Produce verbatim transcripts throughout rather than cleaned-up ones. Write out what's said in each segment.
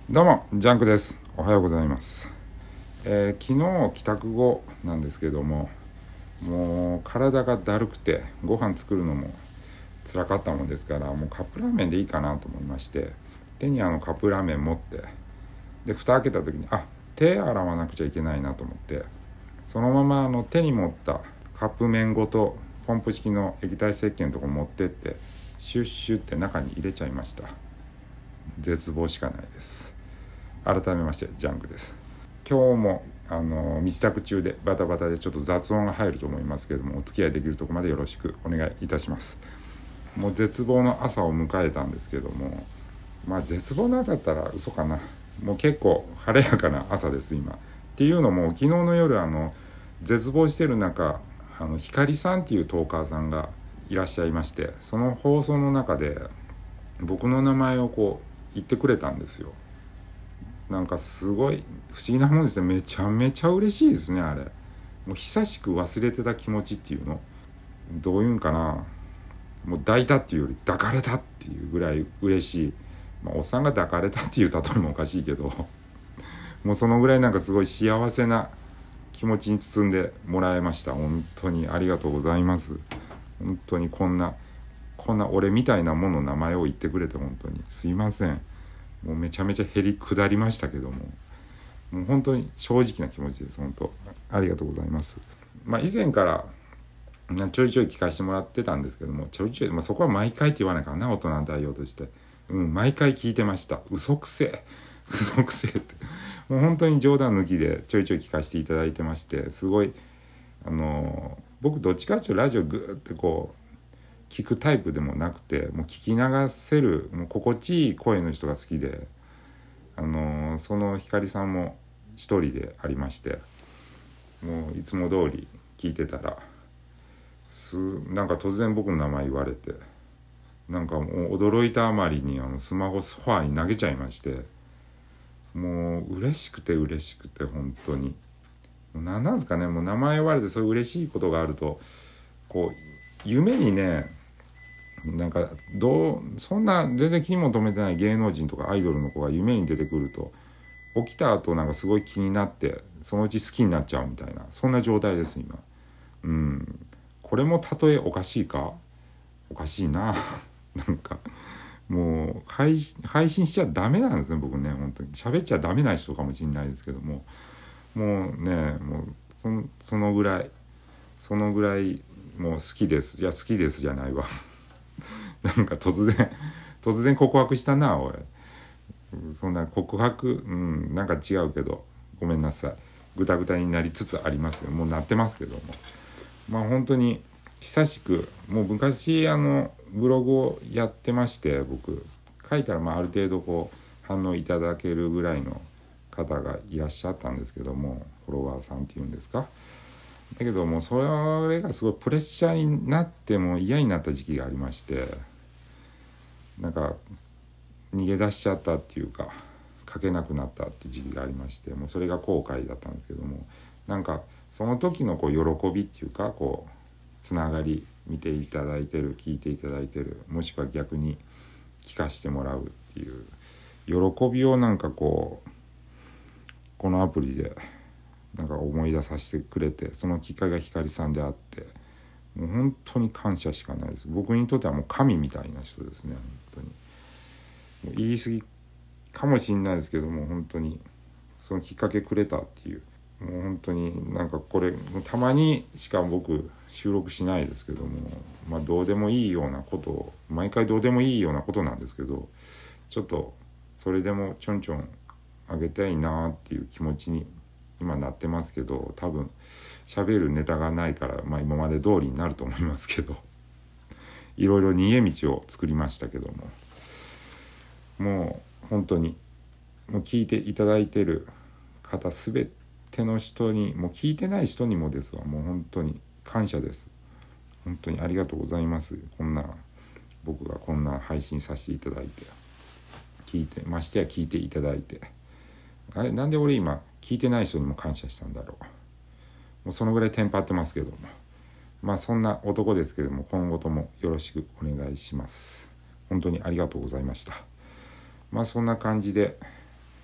どうもジャンクです。おはようございます。えー、昨日帰宅後なんですけども、もう体がだるくてご飯作るのも辛かったもんですから、もうカップラーメンでいいかなと思いまして、手にあのカップラーメン持って、で蓋開けた時にあ手洗わなくちゃいけないなと思って、そのままあの手に持ったカップ麺ごとポンプ式の液体石鹸のとこ持ってってシュッシュって中に入れちゃいました。絶望しかないです。改めましてジャンクです。今日もあの身支度中でバタバタでちょっと雑音が入ると思いますけれども、お付き合いできるところまでよろしくお願いいたします。もう絶望の朝を迎えたんですけども、まあ絶望の朝だったら嘘かな。もう結構晴れやかな朝です今。っていうのも昨日の夜あの絶望してる中、あの光さんっていうトーカーさんがいらっしゃいまして、その放送の中で僕の名前をこう言ってくれたんですよ。なんかすごい不思議なもんですね。めちゃめちゃ嬉しいですね。あれもう久しく忘れてた気持ちっていうの、どういうんかな、もう抱いたっていうより抱かれたっていうぐらい嬉しい。まあおっさんが抱かれたっていう例えもおかしいけどもうそのぐらいなんかすごい幸せな気持ちに包んでもらいました。本当にありがとうございます。本当にこんなこんな俺みたいなものの名前を言ってくれて本当にすいません。もうめちゃめちゃへり下りましたけども、もう本当に正直な気持ちです。本当ありがとうございます。まあ以前からちょいちょい聞かせてもらってたんですけども、ちょいちょい、まあ、そこは毎回って言わないからな、大人の対応として。うん毎回聞いてました。嘘くせえ嘘くせえってもう本当に冗談抜きでちょいちょい聞かせていただいてまして、すごいあのー、僕どっちかっていうとラジオグーってこう聞くタイプでもなくて、もう聞き流せるもう心地いい声の人が好きで、あのー、その光さんも一人でありまして、もういつも通り聞いてたらすなんか突然僕の名前言われて、なんかもう驚いたあまりにあのスマホソファーに投げちゃいまして、もう嬉しくて嬉しくて本当にもう何なんですかね、もう名前言われてそういう嬉しいことがあると、こう夢にね、なんかどうそんな全然気にも留めてない芸能人とかアイドルの子が夢に出てくると、起きた後なんかすごい気になってそのうち好きになっちゃうみたいな、そんな状態です今。うんこれも例えおかしいか、おかしいななんかもう配信配信しちゃダメなんですね僕ね。本当に喋っちゃダメな人かもしれないですけども、もうねもう そ, そのぐらいそのぐらいもう好きです。いや好きですじゃないわなんか突然突然告白したなおい。そんな告白うんなんか違うけどごめんなさい。ぐたぐたになりつつありますけど、もうなってますけども、まあ本当に久しく、もう昔あのブログをやってまして、僕書いたらまあある程度こう反応いただけるぐらいの方がいらっしゃったんですけども、フォロワーさんっていうんですか。だけどもそれがすごいプレッシャーになっても嫌になった時期がありまして、なんか逃げ出しちゃったっていうか書けなくなったって時期がありまして、もうそれが後悔だったんですけども、なんかその時のこう喜びっていうか、こうつながり、見ていただいてる聞いていただいてる、もしくは逆に聞かしてもらうっていう喜びをなんかこうこのアプリでなんか思い出させてくれて、そのきっかけが光さんであって、もう本当に感謝しかないです。僕にとってはもう神みたいな人ですね。本当に言い過ぎかもしれないですけども、本当にそのきっかけくれたっていう、もう本当になんかこれたまにしか僕収録しないですけども、まあどうでもいいようなことを毎回どうでもいいようなことなんですけど、ちょっとそれでもちょんちょんあげたいなっていう気持ちに今なってますけど、多分喋るネタがないから、まあ今まで通りになると思いますけどいろいろ逃げ道を作りましたけども、もう本当にもう聞いていただいてる方すべての人に、もう聞いてない人にもですわ、もう本当に感謝です。本当にありがとうございます。こんな僕がこんな配信させていただいて、聞いてましてや聞いていただいて、あれなんで俺今聞いてない人にも感謝したんだろう。もうそのぐらいテンパってますけども、まあそんな男ですけども、今後ともよろしくお願いします。本当にありがとうございました。まあそんな感じで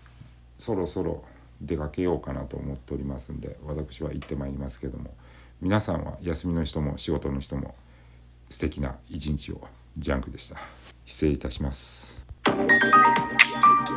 そろそろ出かけようかなと思っておりますんで、私は行ってまいりますけども、皆さんは休みの人も仕事の人も素敵な一日を。ジャンクでした。失礼いたします。